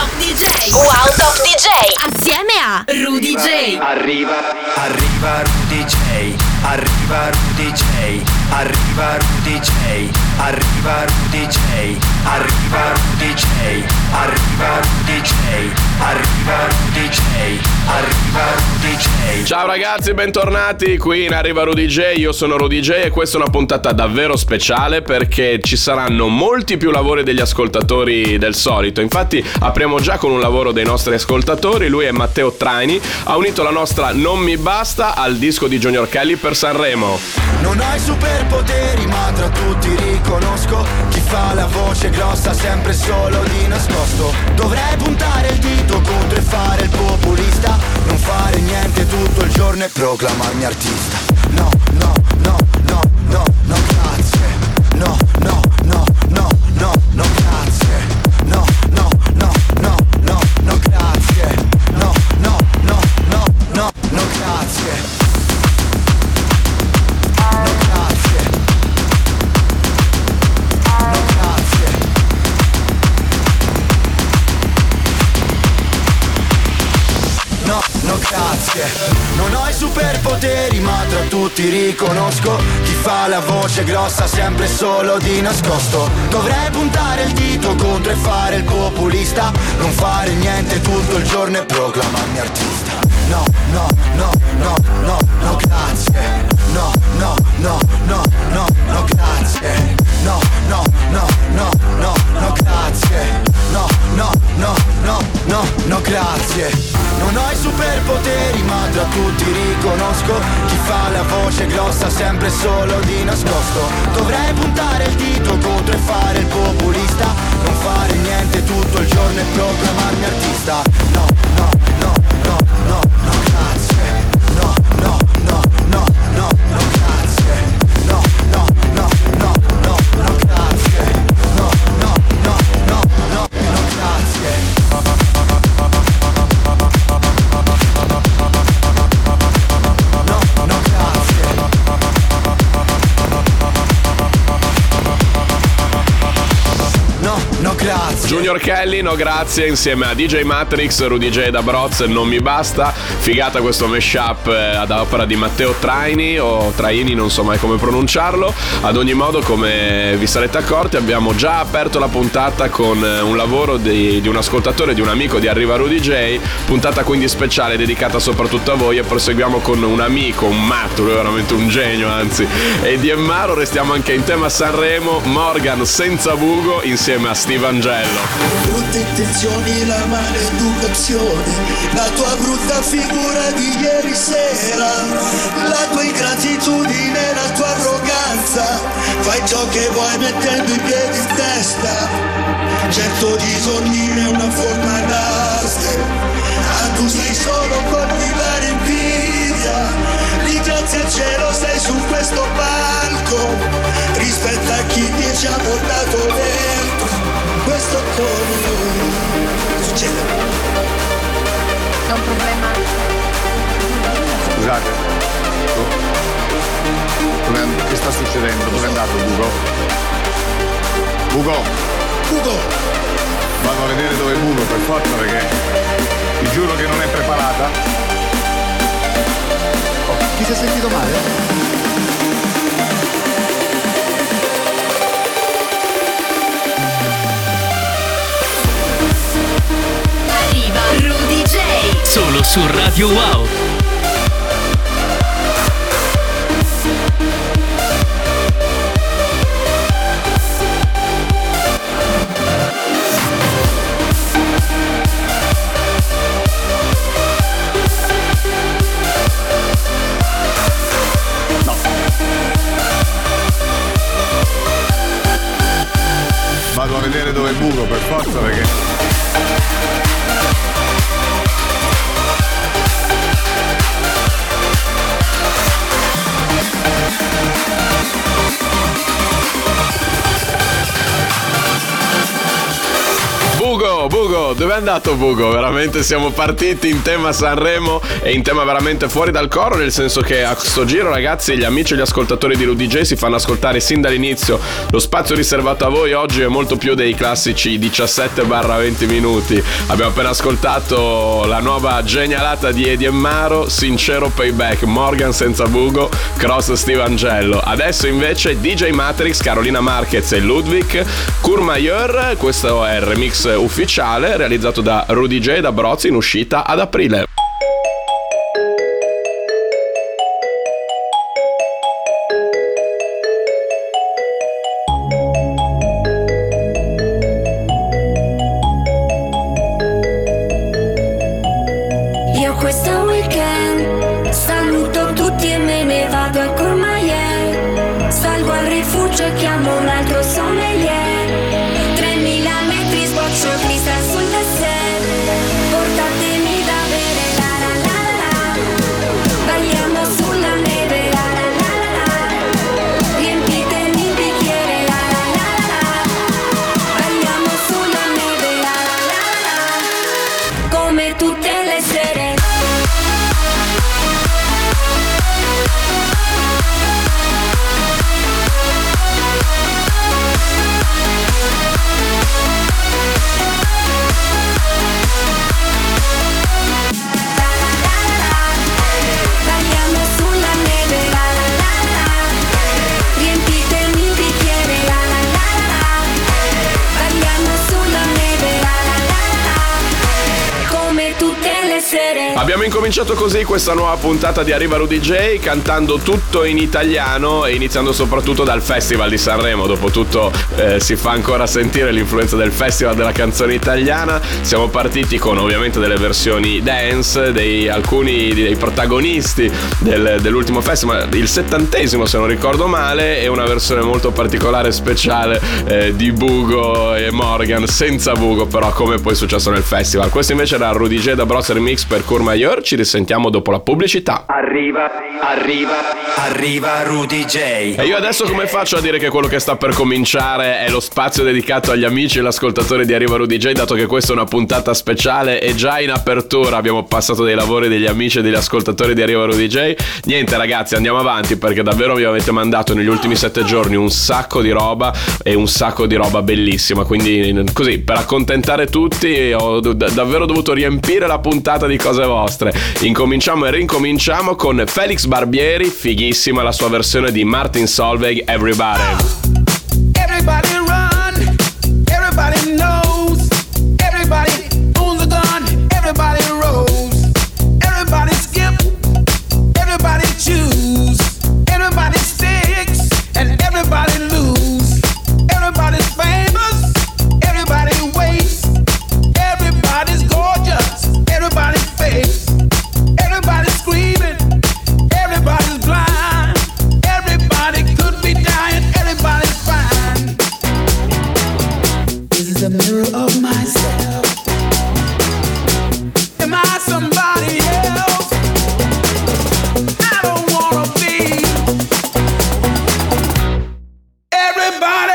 Top DJ. Wow Top DJ. Assieme a Rudy J. Arriva Rudy J. Arriva Rudy J. Arriva Rudy J. Arriva Rudy J. Arriva Rudy J. Arriva Rudy J. Arriva Rudy J. Arriva Rudy J. Ciao ragazzi, bentornati qui in Arriva Rudy J. Io sono Rudy J e questa è una puntata davvero speciale perché ci saranno molti più lavori degli ascoltatori del solito. Infatti apriamo già con un lavoro dei nostri ascoltatori. Lui è Matteo Traini, ha unito la nostra Non mi basta al disco di Junior Kelly per Sanremo. Non hai superpoteri ma tra tutti riconosco chi fa la voce grossa sempre solo di nascosto. Dovrei puntare il dito contro e fare il populista, non fare niente tutto il giorno e proclamarmi artista. No, no, no, no, no, no, grazie. No, no, no, no, no, no, grazie. No, no, no, no, no, no, grazie. No, no, no, no, no, no, grazie. Grazie. Non ho i superpoteri ma tra tutti riconosco chi fa la voce grossa sempre solo di nascosto. Dovrei puntare il dito contro e fare il populista, non fare niente tutto il giorno e proclamarmi artista. No, no, no, no, no, no, grazie. No, no, no, no, no, no, grazie. No, no, no, no, no, no, grazie. No, no, no, no, no, no, grazie. Non ho i superpoteri ma tra tutti riconosco chi fa la voce grossa sempre solo di nascosto. Dovrei puntare il dito contro e fare il populista, non fare niente tutto il giorno e proclamarmi artista. No, no, no, no, no, no, grazie. No, no, no, no, no, no, grazie. No, no, no, no, no, no, grazie. No, no, no, no, no, no, grazie. No, grazie. Junior Kelly, no grazie, insieme a DJ Matrix, Rudy J da Broz, Non mi basta. Figata questo mashup ad opera di Matteo Traini o Traini, non so mai come pronunciarlo. Ad ogni modo, come vi sarete accorti, abbiamo già aperto la puntata con un lavoro di un ascoltatore, di un amico di Arriva Rudy J. Puntata quindi speciale dedicata soprattutto a voi, e proseguiamo con un amico, un matto, lui è veramente un genio, anzi. E di Emmaro restiamo anche in tema Sanremo, Morgan senza bugo insieme a Steve Angello. Brutte intenzioni, la maleducazione, la tua brutta figura di ieri sera, la tua ingratitudine, la tua arroganza, fai ciò che vuoi mettendo i piedi in testa. Certo disordine è una forma d'arte, ma tu sei solo coltivare invidia. Ringrazia il cielo, sei su questo palco, rispetta chi ti ha portato dentro. Questo come succede. È un problema. Scusate. Che sta succedendo? Dove è andato Bugo? Bugo! Vado a vedere dove è Bugo per forza, perché vi giuro che non è preparata. Oh, chi si è sentito male? Rudy J. Solo su Radio Wow. No. Vado a vedere dove è Bugo per forza, perché Bugo, dove è andato Bugo? Veramente siamo partiti in tema Sanremo e in tema veramente fuori dal coro, nel senso che a sto giro, ragazzi, gli amici e gli ascoltatori di Rudy J si fanno ascoltare sin dall'inizio. Lo spazio riservato a voi oggi è molto più dei classici 17-20 minuti. Abbiamo appena ascoltato la nuova genialata di Eddie e Maro, Sincero Payback, Morgan senza Bugo, Cross Steve Angello. Adesso invece DJ Matrix, Carolina Marquez e Ludwig, Courmayeur. Questo è il remix ufficiale realizzato da Rudy J da Broz, in uscita ad aprile. Io questo weekend saluto tutti e me ne vado al Courmayeur. Salgo al rifugio e chiamo un altro sommelier. 3000 metri sboccio cristal sul dessert. Portatemi da bere, la la la la. Balliamo sulla neve, la la la la. Riempitemi il bicchiere, la la la la. Balliamo sulla neve, la la la la. Come tutte le sere. Balliamo sulla neve, la la la la. Riempitemi il bicchiere, la la la la. Balliamo sulla neve, la la la la. Come tutte le sere. Abbiamo incominciato così questa nuova puntata di Arriva Rudy J, cantando tutto in italiano e iniziando soprattutto dal Festival di Sanremo. Dopotutto si fa ancora sentire l'influenza del Festival della canzone italiana. Siamo partiti con ovviamente delle versioni dance di alcuni dei protagonisti dell'ultimo festival, il 70° se non ricordo male, e una versione molto particolare e speciale di Bugo e Morgan senza Bugo, però come poi è successo nel festival. Questo invece era Rudy J da Broz Remix per Courmayeur. Ci risentiamo dopo la pubblicità. Arriva Rudy J. E io adesso come faccio a dire che quello che sta per cominciare è lo spazio dedicato agli amici e l'ascoltatore di Arriva Rudy J, dato che questa è una puntata speciale e già in apertura abbiamo passato dei lavori degli amici e degli ascoltatori di Arriva Rudy J. Niente ragazzi, andiamo avanti perché davvero vi avete mandato negli ultimi 7 giorni un sacco di roba e un sacco di roba bellissima, quindi così per accontentare tutti ho davvero dovuto riempire la puntata di cose vostre. Incominciamo e rincominciamo con Felix Barbieri, fighissima la sua versione di Martin Solveig, Everybody. Everybody run, everybody knows, everybody owns a gun, everybody rolls, everybody skip, everybody choose, everybody sticks, and everybody lose, everybody's famous, everybody waits, everybody's gorgeous, everybody's face, everybody's screaming, everybody's blind, everybody could be dying, everybody's fine. This is a mirror of myself. Am I somebody else? I don't wanna be. Everybody.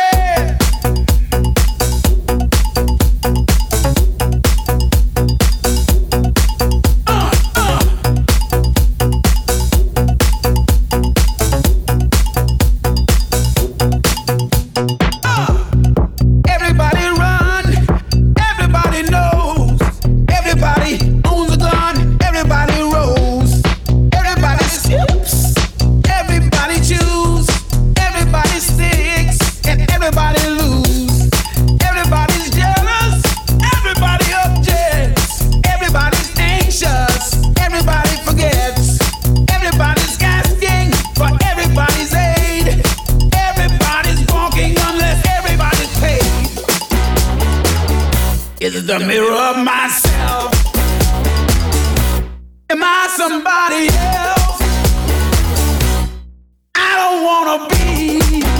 Everybody run, everybody knows, everybody owns a gun, everybody rolls, everybody skips, everybody choose, everybody sticks, and everybody lose, everybody's jealous, everybody objects, everybody's anxious, everybody forgets, everybody's asking for everybody's aid, everybody's walking unless everybody's paid. Is the mirror of myself. Am I somebody else? I don't wanna be.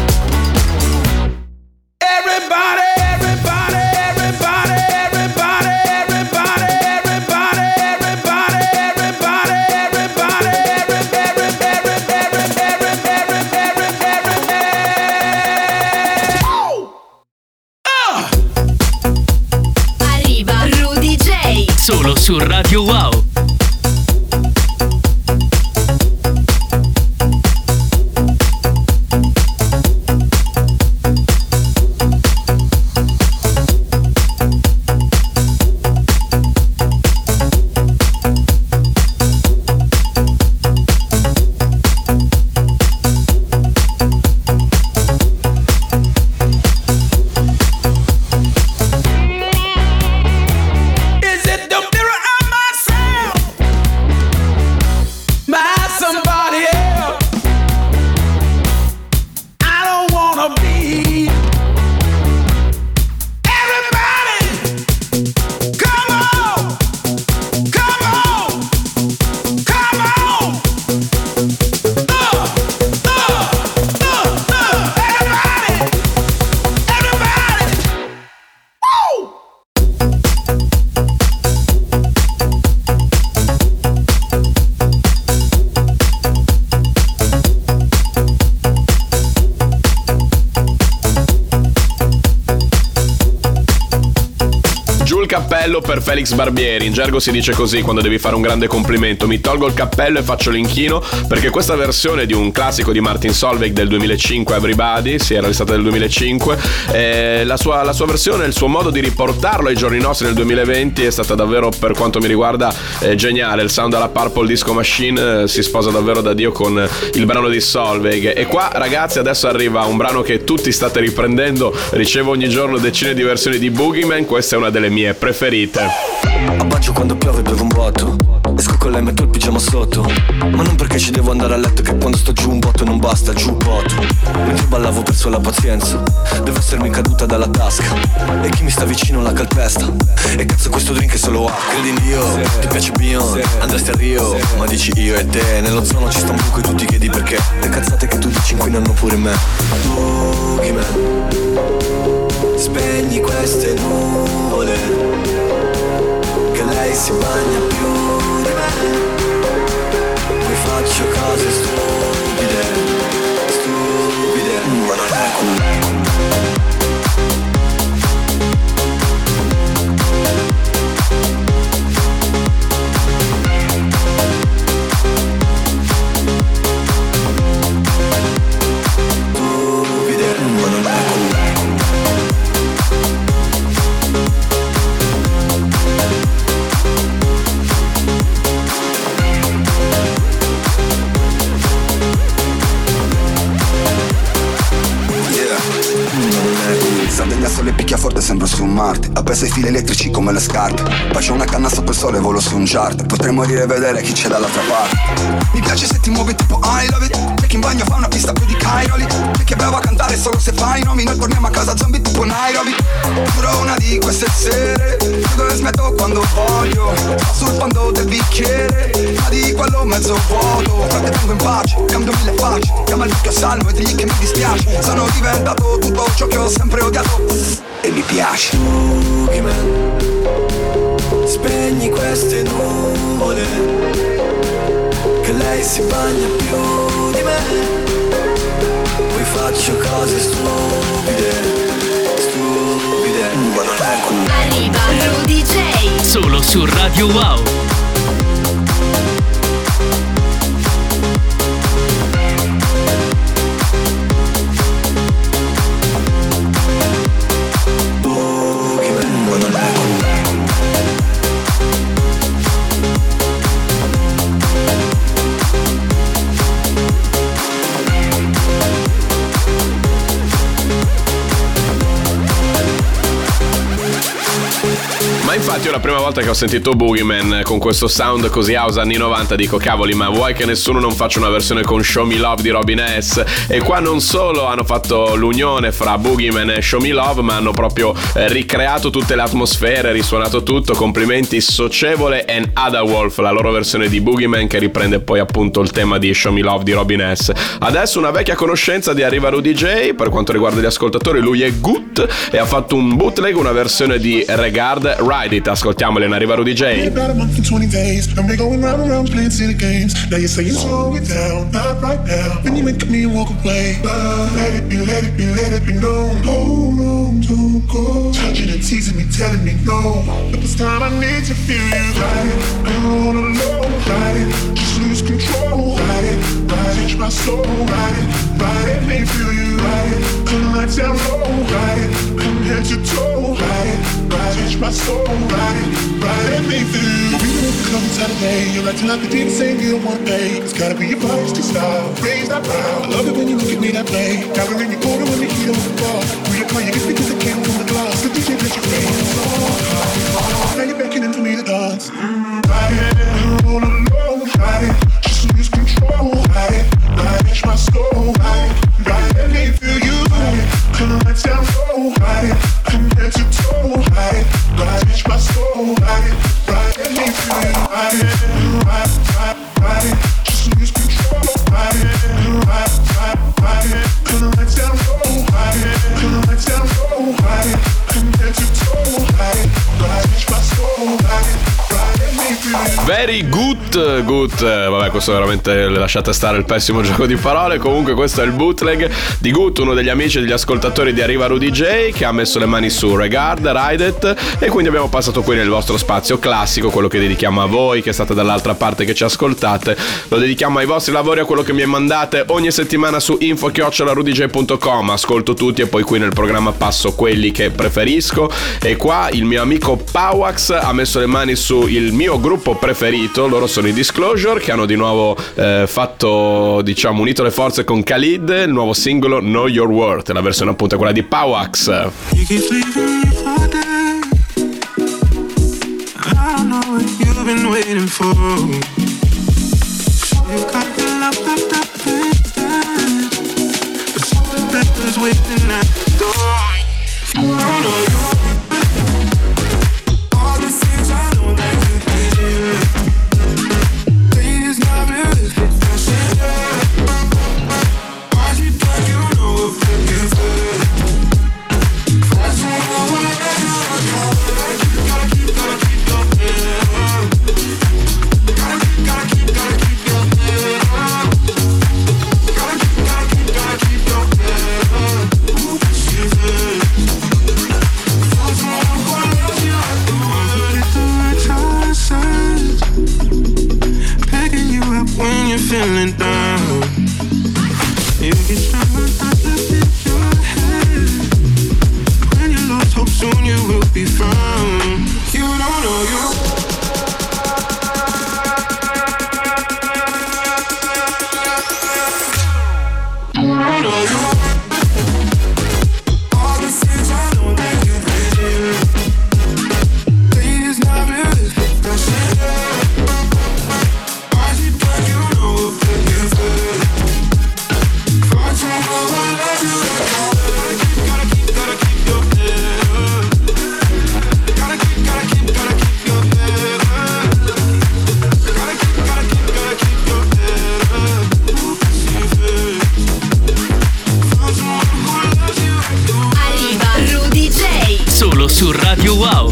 Everybody, everybody, everybody, everybody, everybody, everybody, everybody, everybody, everybody, everybody. Solo su Radio Wow. Cappello per Felix Barbieri. In gergo si dice così quando devi fare un grande complimento: mi tolgo il cappello e faccio l'inchino, perché questa versione di un classico di Martin Solveig del 2005, Everybody, si era stata del 2005, la sua versione, il suo modo di riportarlo ai giorni nostri nel 2020 è stata davvero, per quanto mi riguarda, geniale. Il sound alla Purple Disco Machine si sposa davvero da Dio con il brano di Solveig. E qua, ragazzi, adesso arriva un brano che tutti state riprendendo. Ricevo ogni giorno decine di versioni di Boogeyman, questa è una delle mie preferite. Abbaggio quando piove, bevo un botto. Esco con lei, metto il pigiama sotto. Ma non perché ci devo andare a letto, che quando sto giù un botto non basta, giù botto. Mentre ballavo perso la pazienza, deve essermi caduta dalla tasca. E chi mi sta vicino la calpesta. E cazzo questo drink è solo acqua. Credi in Dio, ti piace Beyoncé, andresti a Rio, ma dici io e te. Nello zono ci sta un buco e tu ti chiedi perché. Le cazzate che tu dici inquinano pure me. Boogeyman, spegni queste nuvole, che lei si bagna più di me. Poi faccio cose stupide, stupide, ma non è con me. Stupide, ma non è con me. Sole picchia forte, sembro su Marte. Appeso ai fili elettrici come le scarpe. Faccio una canna sopra il sole e volo su un chart. Potrei morire e vedere chi c'è dall'altra parte. Mi piace se ti muovi tipo I love it. C'è chi in bagno fa una pista più di Cairoli. C'è chi è bravo a cantare solo se fa i nomi. Noi torniamo a casa zombie tipo Nairobi. Giuro una di queste sere, chiudo e smetto quando voglio. Sto sul fondo del bicchiere, ma di quello mezzo vuoto. Frate tengo in pace, cambio mille facce. Chiama il vecchio salmo e digli che mi dispiace. Sono diventato tutto ciò che ho sempre odiato e mi piace. Boogeyman, spegni queste nuvole, che lei si bagna più di me. Poi faccio cose stupide, stupide, ma non è con me. Arriva Rudy J. Solo su Radio Wow. Ma infatti io la prima volta che ho sentito Boogeyman con questo sound così house anni 90 dico cavoli, ma vuoi che nessuno non faccia una versione con Show Me Love di Robin S? E qua non solo hanno fatto l'unione fra Boogeyman e Show Me Love, ma hanno proprio ricreato tutte le atmosfere, risuonato tutto. Complimenti Socievole and Ada Wolf, la loro versione di Boogeyman che riprende poi appunto il tema di Show Me Love di Robin S. Adesso una vecchia conoscenza di Arriva Rudy J. Per quanto riguarda gli ascoltatori, lui è Gut e ha fatto un bootleg, una versione di Regard Ride It. Ascoltiamole in Arriva Rudy J. About a month and 20 days, and we're going round and round playing silly games. Now you're saying slow it down, not right now. When you make me walk away, let it be, let it be, let it be known. Hold on, don't go. Touching and teasing me, telling me no. But time I need to feel you. Ride it, I'm all alone. Ride it, just lose control. Ride it, touch my soul. Ride it, make me feel you. Ride it, turn the lights down low. Ride it, from head to toe. Ride it, touch my soul. Ride it, make me feel you. We don't come Saturday, you're acting like the demon saying you don't want to pay. It's gotta be your feisty style, raise that brow. I love it when you look at me that way. Gather in your corner when the heat on the bar. We are playing it because it came from the glass. The DJ let you play it so hard. Now you're beckoning for me to dance. Ride it, all alone. Ride it, just lose control. Ride it, touch my soul. Ride it, let me feel you. Ride it, turn the lights down low. Ride it, from head to toe. Ride it, touch my soul. Ride it, let me feel you. Ride it, ride it, just lose control. Ride it, turn the lights down low. Ride it, turn the lights down low. Ride it, from head to toe. Ride it, touch my soul. Ride it, let me feel you. Very good. Vabbè, questo veramente lasciate stare il pessimo gioco di parole. Comunque questo è il bootleg di Good, uno degli amici e degli ascoltatori di Arriva Rudy J, che ha messo le mani su Regard, Ride It, e quindi abbiamo passato qui nel vostro spazio classico, quello che dedichiamo a voi che state dall'altra parte, che ci ascoltate. Lo dedichiamo ai vostri lavori, a quello che mi mandate ogni settimana su info@rudyj.com. Ascolto tutti e poi qui nel programma passo quelli che preferisco. E qua il mio amico Pawax ha messo le mani su il mio gruppo preferito. Loro sono i Disclosure, che hanno di nuovo fatto, diciamo, unito le forze con Khalid. Il nuovo singolo Know Your Worth, la versione appunto è quella di Pawax. Su Radio Wow.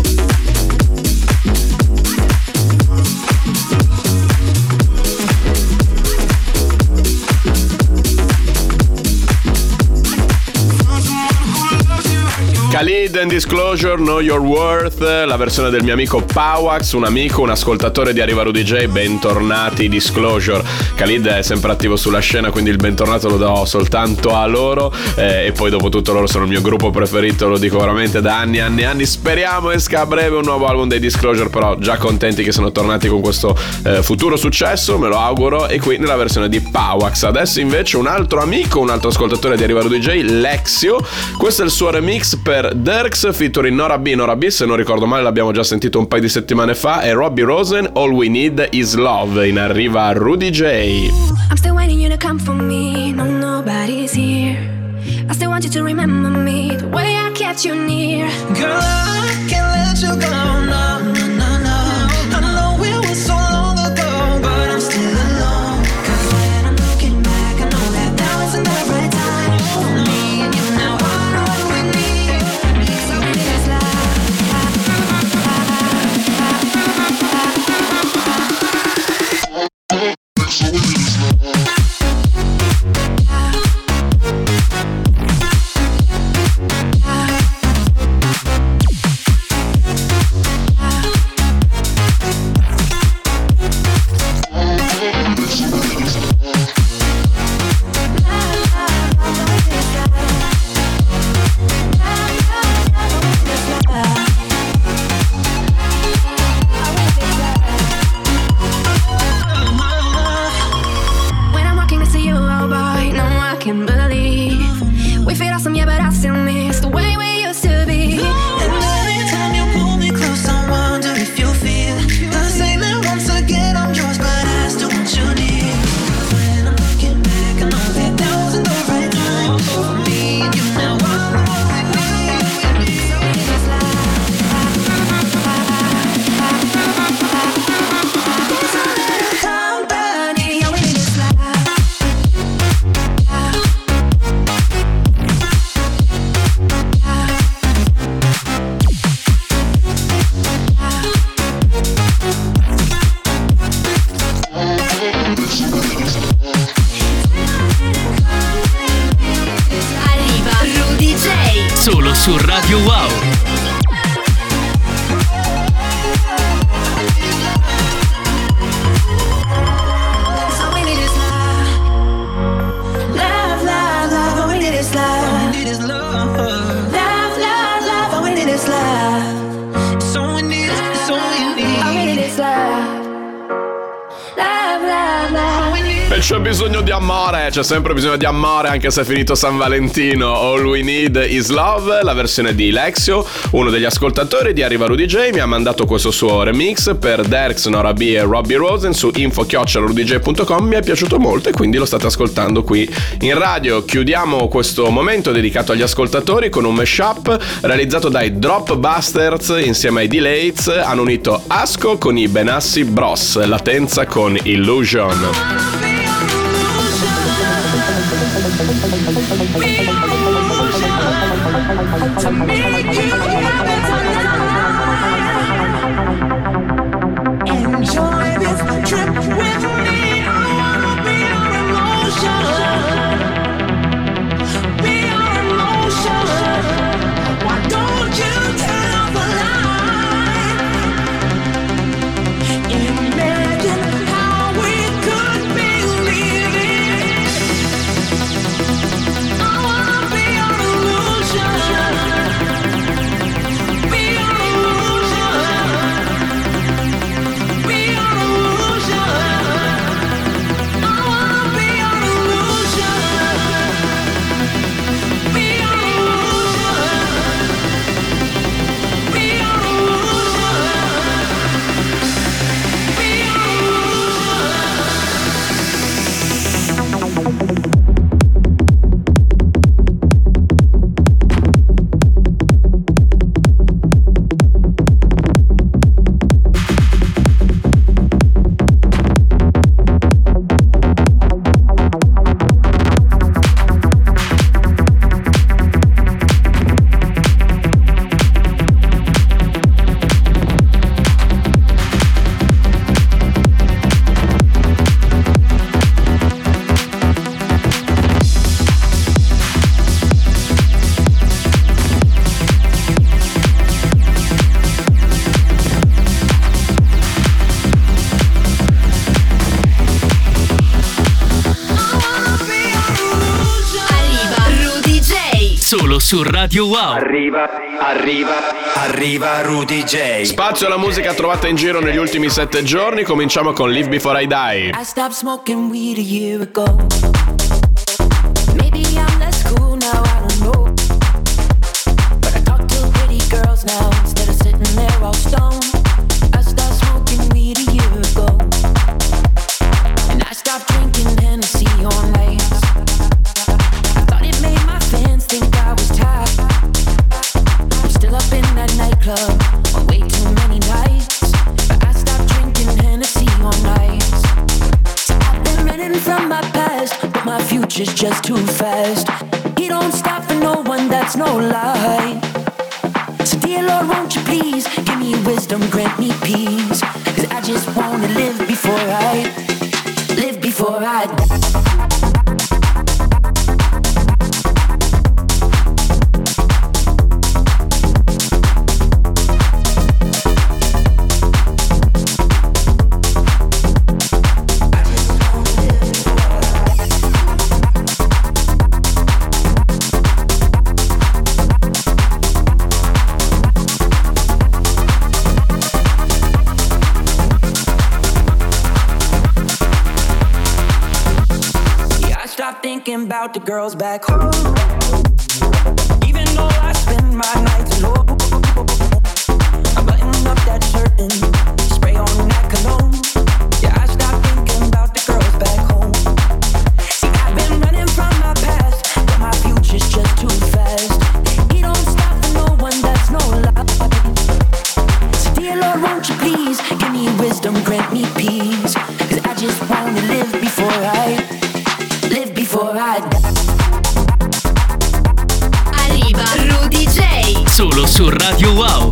Khalid and Disclosure, Know Your Worth, la versione del mio amico Pawax, un amico, un ascoltatore di Arriva Rudy J. Bentornati Disclosure. Khalid è sempre attivo sulla scena, quindi il bentornato lo do soltanto a loro, e poi dopo tutto loro sono il mio gruppo preferito, lo dico veramente da anni. Speriamo esca a breve un nuovo album dei Disclosure, però già contenti che sono tornati con questo futuro successo, me lo auguro, e qui nella versione di Pawax. Adesso invece un altro amico, un altro ascoltatore di Arriva Rudy J, Lexio. Questo è il suo remix per Dirks featuring Nora B, se non ricordo male l'abbiamo già sentito un paio di settimane fa, e Robbie Rosen, All We Need Is Love, in Arriva Rudy J. I'm still waiting you to come for me, no nobody's here. I still want you to remember me, the way I kept you near. Girl, I can't let you go, no. I know it was so long ago, but I'm still alone. 'Cause when I'm looking back, I know that wasn't the right time for me and you. Now I know what we need, so please Radio Wow. E c'è bisogno di amore, c'è sempre bisogno di amore anche se è finito San Valentino. All We Need Is Love, la versione di Lexio, uno degli ascoltatori di Arriva Rudy J, mi ha mandato questo suo remix per Derks, Nora B e Robbie Rosen su info@rudj.com. Mi è piaciuto molto e quindi lo state ascoltando qui in radio. Chiudiamo questo momento dedicato agli ascoltatori con un mashup realizzato dai Drop Busters insieme ai Delays. Hanno unito Asco con i Benassi Bros, Latenza con Illusion. Enjoy this trip with me. I wanna be your emotion. Be your emotion. Why don't you turn off the light? Imagine how we could be living. I wanna be your illusion. Be your illusion. Be your illusion. I wanna be your illusion. Be your illusion. Be your illusion. Be your Solo su Radio Wow. Arriva Rudy J. Spazio alla musica trovata in giro negli ultimi 7 giorni. Cominciamo con Live Before I Die. I stopped smoking weed a year ago. Maybe I'm less cool now, I don't know. But I talk to pretty girls now instead of sitting there all stoned. I stopped smoking weed a year ago. And I stopped drinking Hennessy on nights. I thought it made my fans think I was tired. I'm still up in that nightclub on way too many nights. But I stopped drinking Hennessy on nights. So I've been running from my past, but my future's just too fast. He don't stop for no one, that's no lie. So dear Lord, won't you please give me wisdom, grant me peace. Cause I just wanna live before I die. Thinking about the girls back home. Even though I spend my nights alone, I button up that shirt and spray on that cologne. Yeah, I stopped thinking about the girls back home. See, I've been running from my past, but my future's just too fast. He don't stop for no one, that's no lie. So dear Lord, won't you please give me wisdom, grant me peace. Cause I just wanna live before I die. Arriva Rudy J. Solo su Radio Wow.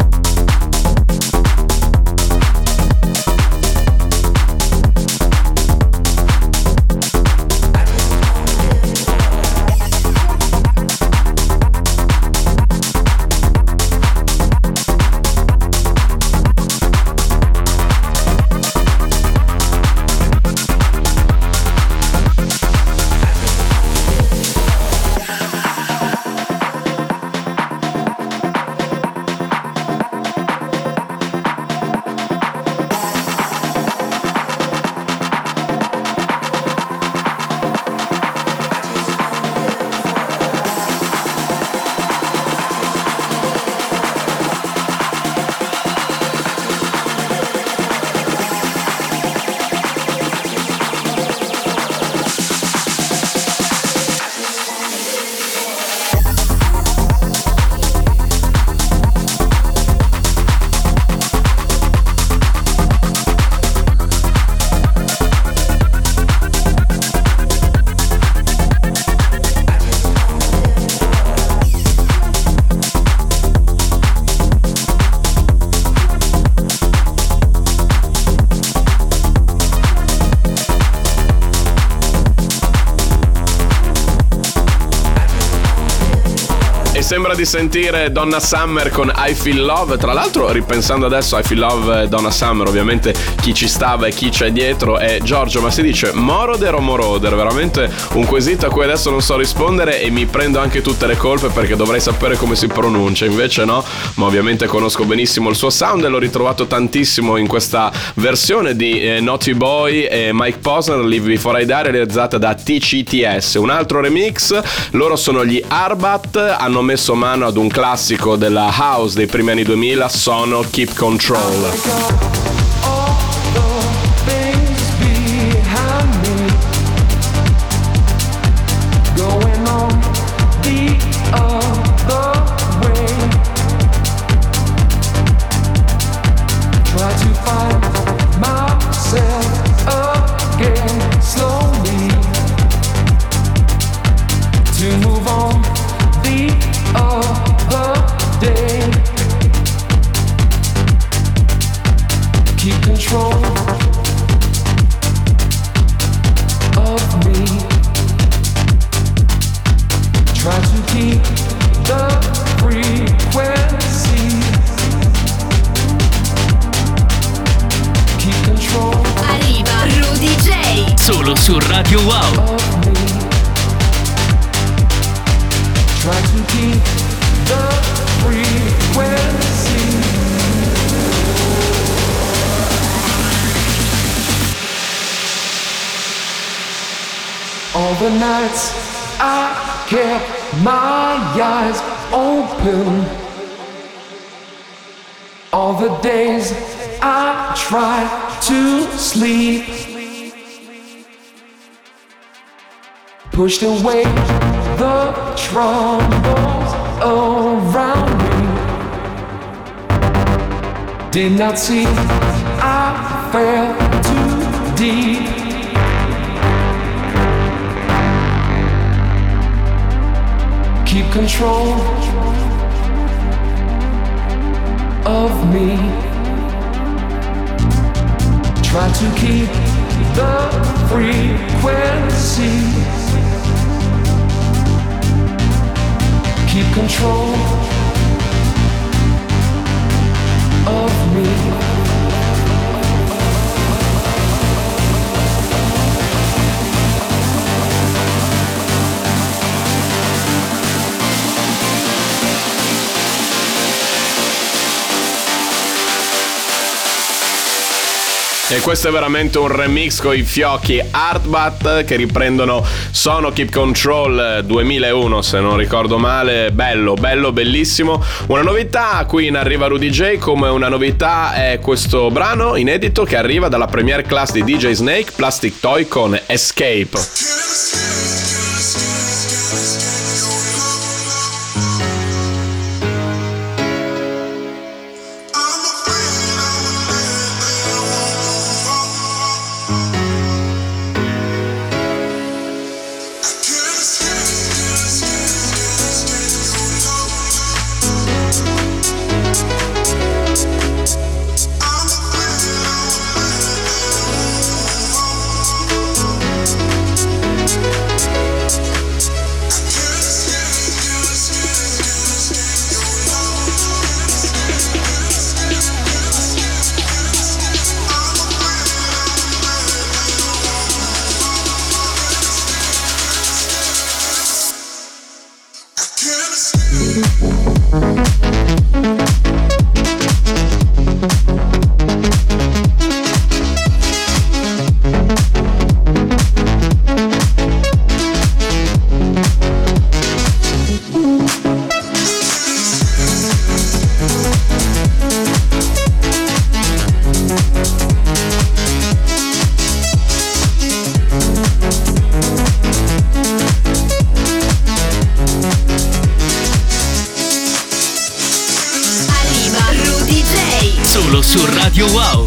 sembra di sentire Donna Summer con I Feel Love. Tra l'altro, ripensando adesso, I Feel Love, Donna Summer, ovviamente chi ci stava e chi c'è dietro è Giorgio, ma si dice Moroder o Moroder? Veramente un quesito a cui adesso non so rispondere e mi prendo anche tutte le colpe perché dovrei sapere come si pronuncia, invece no, ma ovviamente conosco benissimo il suo sound e l'ho ritrovato tantissimo in questa versione di Naughty Boy e Mike Posner, Live Before I Die, realizzata da TCTS. Un altro remix, loro sono gli Arbat, hanno messo mano ad un classico della house dei primi anni 2000, sono Keep Control. Solo su Radio Wow. Try to keep the frequency. All the nights I kept my eyes open. All the days I tried to sleep. Pushed away the troubles around me. Did not see I fell too deep. Keep control of me. Try to keep the frequency. Keep control of me. E questo è veramente un remix con i fiocchi Artbat che riprendono Sono Keep Control 2001 se non ricordo male. Bello, bello, bellissimo. Una novità qui in Arriva Rudy J, come una novità è questo brano inedito che arriva dalla premiere class di DJ Snake, Plastic Toy con Escape. Solo su Radio Wow.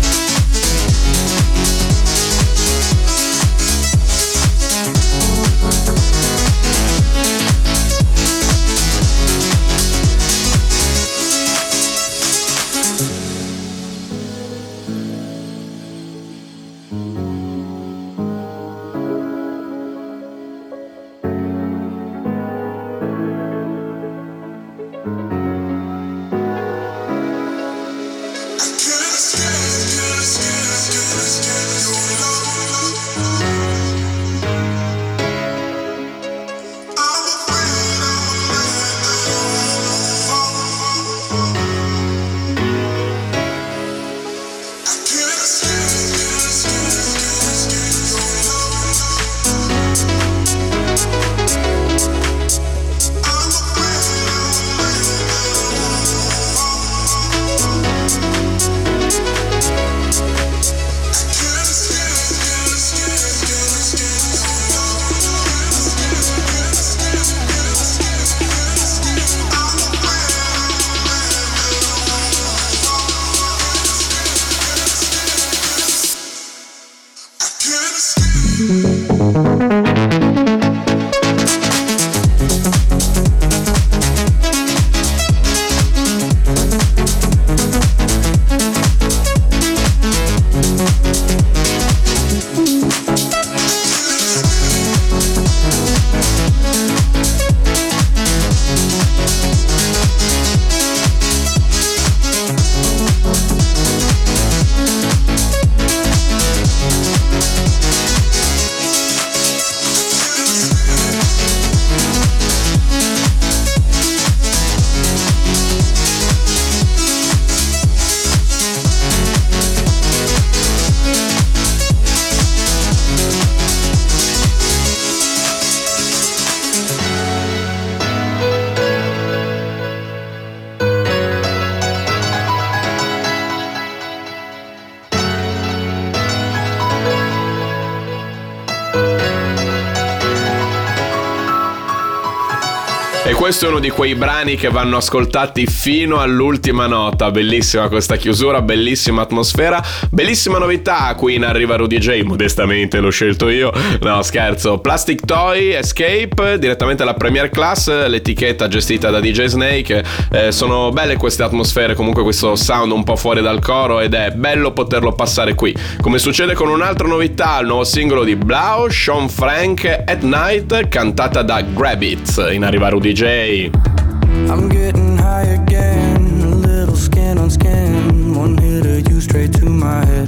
E questo è uno di quei brani che vanno ascoltati fino all'ultima nota. Bellissima questa chiusura, bellissima atmosfera, bellissima novità qui in Arriva Rudy J. Modestamente l'ho scelto io, no scherzo. Plastic Toy Escape, direttamente alla Premier Class, l'etichetta gestita da DJ Snake. Sono belle queste atmosfere, comunque questo sound un po' fuori dal coro, ed è bello poterlo passare qui. Come succede con un'altra novità, il nuovo singolo di Blau, Sean Frank, At Night, cantata da Grab It in Arriva Rudy J. I'm getting high again, a little skin on skin, one hit of you straight to my head.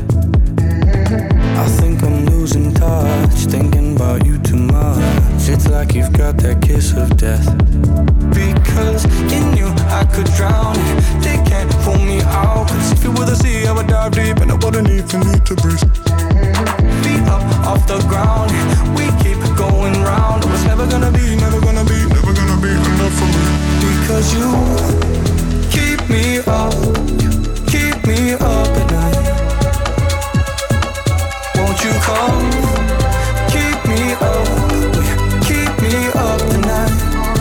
I think I'm losing touch, thinking about you too much. It's like you've got that kiss of death. Because in you I could drown, they can't pull me out. Cause if you were the sea I would dive deep, and I wouldn't even need to breathe. Feet up off the ground, we keep going round. It was never gonna be, never gonna be, never gonna be enough for me. Because you keep me up at night. Won't you come, keep me up tonight.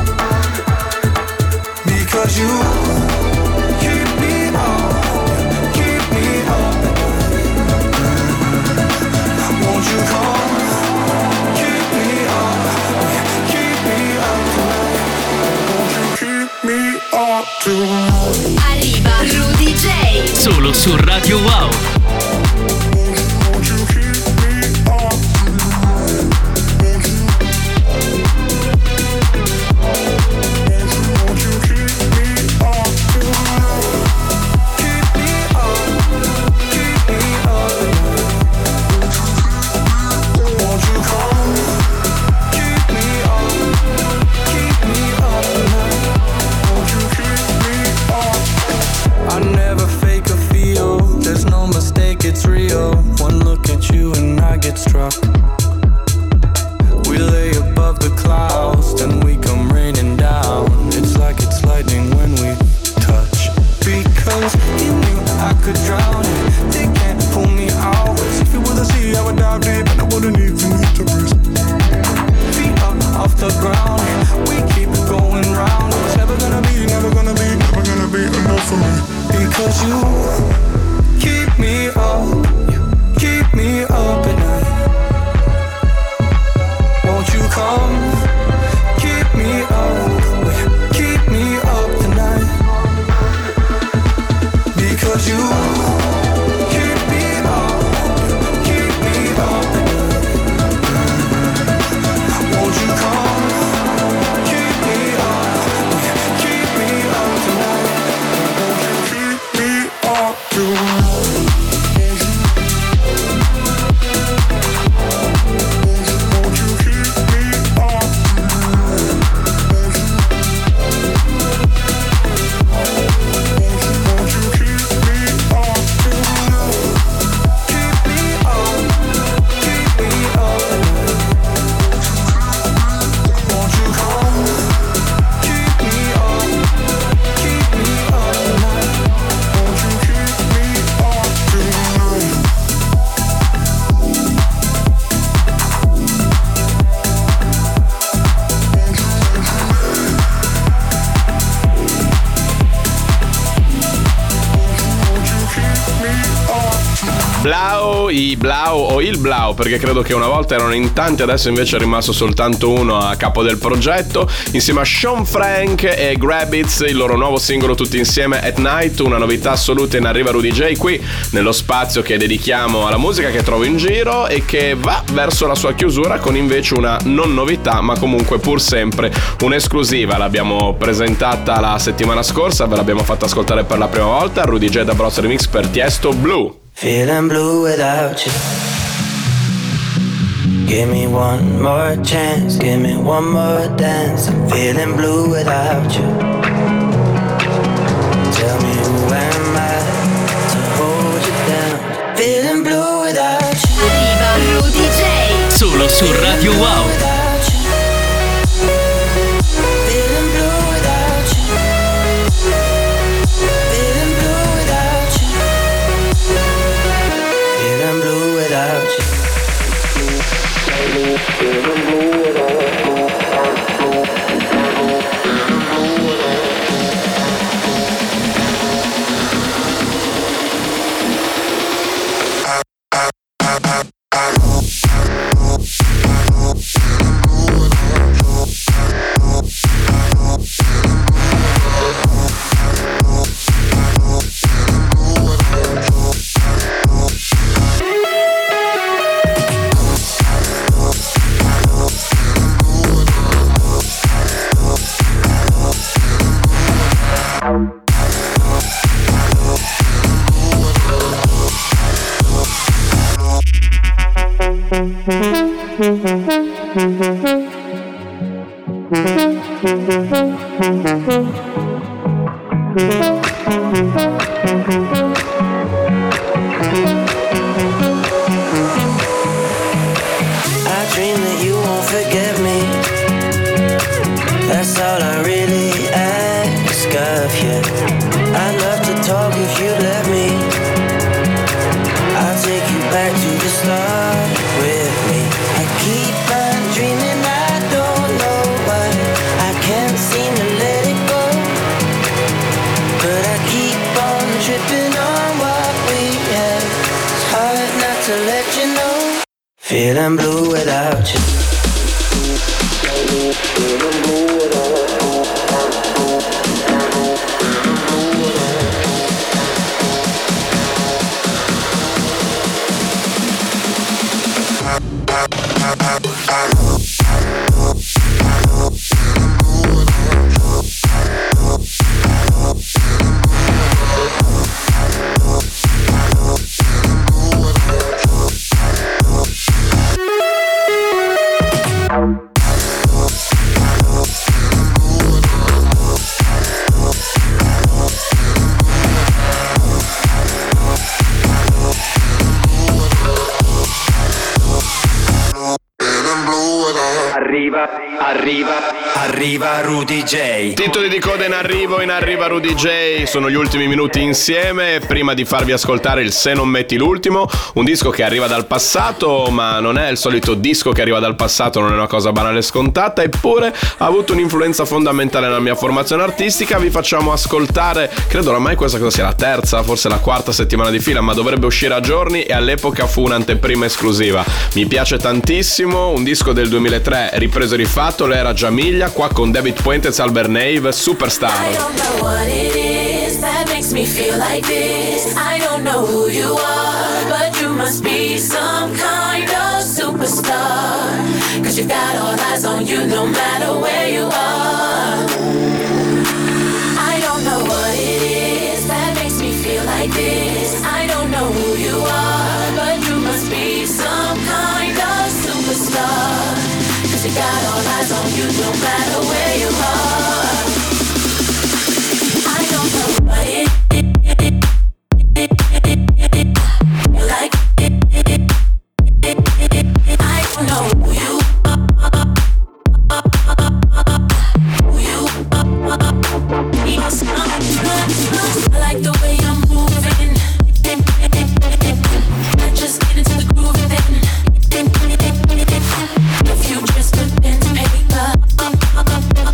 Because you keep me up at night. Won't you come, keep me up tonight. Won't you keep me up tonight. Arriva Rudy J. Solo su Radio Wow. It's real. One look at you and I get struck. We lay above the clouds, then we come raining down. It's like it's lightning when we touch. Because in you I could drown, they can't pull me out. If you were the sea I would dive deep, and I wouldn't even need to breathe. Feet up off the ground, we keep going round. It was never gonna be, never gonna be, never gonna be enough for me. Because you keep me up at night. Won't you come, keep me up tonight. Because you keep me up at night. Won't you come, Blau, i Blau o il Blau, perché credo che una volta erano in tanti, adesso invece è rimasto soltanto uno a capo del progetto, insieme a Sean Frank e Grabbits, il loro nuovo singolo tutti insieme, At Night, una novità assoluta in Arriva Rudy J, qui nello spazio che dedichiamo alla musica che trovo in giro e che va verso la sua chiusura con invece una non novità, ma comunque pur sempre un'esclusiva. L'abbiamo presentata la settimana scorsa, ve l'abbiamo fatta ascoltare per la prima volta, Rudy J da Bros Remix per Tiesto, Blue. Feeling blue without you. Give me one more chance, give me one more dance. I'm feeling blue without you. Tell me who am I to hold you down. Feeling blue without you. Arriva Rudy J. Solo su Radio Wow. Feeling blue without you. Arriva Rudy J. Titoli di coda in arriva Rudy J. Sono gli ultimi minuti insieme prima di farvi ascoltare il Se non metti l'ultimo, un disco che arriva dal passato, ma non è il solito disco che arriva dal passato, non è una cosa banale e scontata, eppure ha avuto un'influenza fondamentale nella mia formazione artistica. Vi facciamo ascoltare, credo oramai questa cosa sia la terza, forse la quarta settimana di fila, ma dovrebbe uscire a giorni e all'epoca fu un'anteprima esclusiva. Mi piace tantissimo, un disco del 2003 ripreso e rifatto, l'era Jamiglia, qua con David Puentes, Albert Nave, Superstar. I don't know what it is that makes me feel like this. I don't know who you are, but you must be some kind of superstar. 'Cause you've got all eyes on you no matter where you are. I don't know what it is that makes me feel like this. I don't know who you are, but you must be some kind of superstar. 'Cause you got all eyes on you no matter where you are. I don't know what it like. I don't know who you are. Who you are. Yes, I like the way I'm moving. I just get into the groove and then the future's good pen to paper.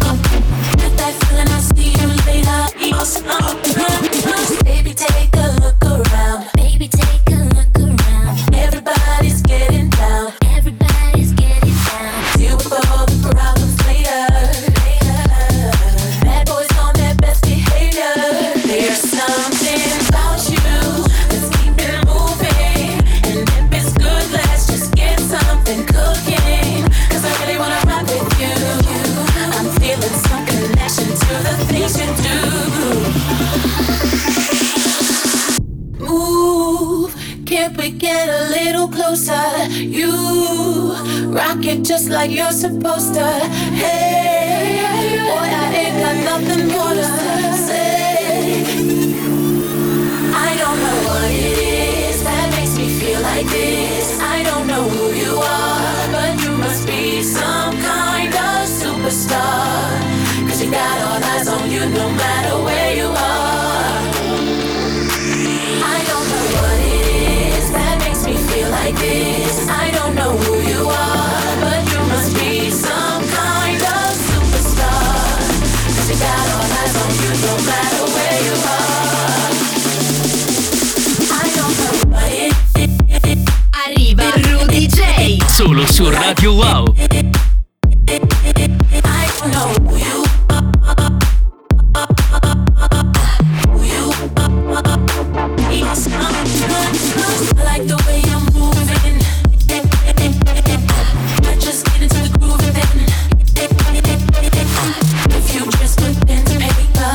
if we get a little closer? You rock it just like you're supposed to. Hey, boy, I ain't got nothing more to say. I don't know what it is that makes me feel like this. I don't know who you are, but you must be some kind of superstar. 'Cause you got all eyes on you no matter where you are. I don't know what it is that makes me feel like this. I don't know who you are, but you must be some kind of superstar. 'Cause you got all eyes on you no matter where you are. I don't know what it is. Arriva Rudy J. Solo su Radio Wow. I don't know who you are. Who you are. It's not good. I like the way you're moving. Let's just get into the groove then. If you just put pen to paper,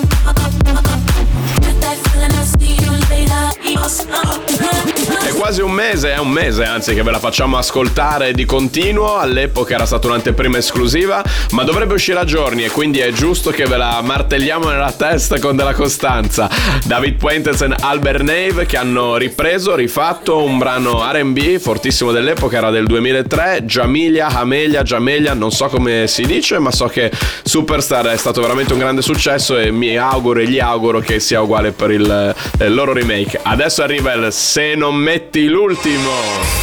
get that feeling, I'll see you later. It's not good. È quasi un mese anzi che ve la facciamo ascoltare di continuo. All'epoca era stata un'anteprima esclusiva, ma dovrebbe uscire a giorni e quindi è giusto che ve la martelliamo nella testa con della costanza. David Puentes e Albert Nave che hanno rifatto un brano R&B fortissimo dell'epoca, era del 2003, Jamelia, non so come si dice, ma so che Superstar è stato veramente un grande successo e mi auguro e gli auguro che sia uguale per il loro remake. Adesso arriva il Se non metti l'ultimo.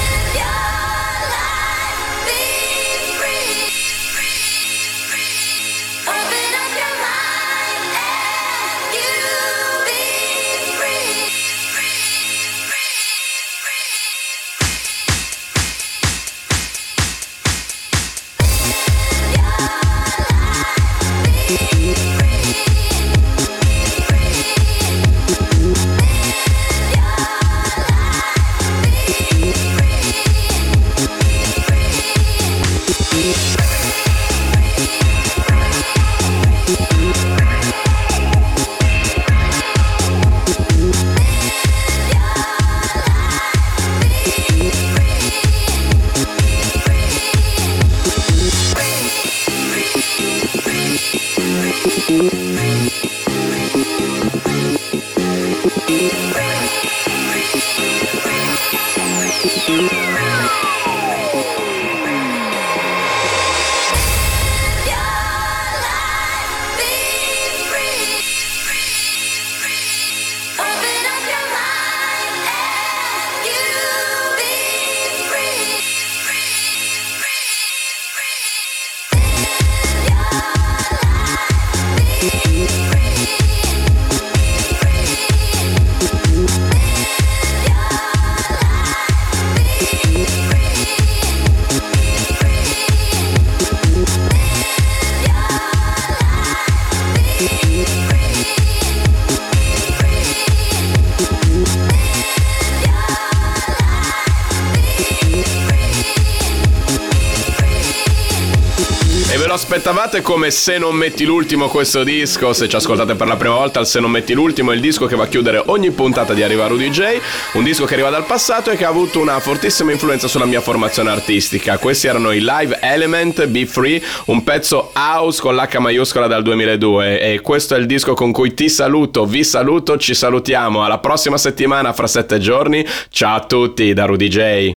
Aspettavate come Se non metti l'ultimo questo disco? Se ci ascoltate per la prima volta, il Se non metti l'ultimo è il disco che va a chiudere ogni puntata di Arriva Rudy J, un disco che arriva dal passato e che ha avuto una fortissima influenza sulla mia formazione artistica. Questi erano i Live Element, Be Free, un pezzo house con l'H maiuscola dal 2002, e questo è il disco con cui ti saluto, vi saluto, ci salutiamo alla prossima settimana fra 7 giorni. Ciao a tutti da Rudy J.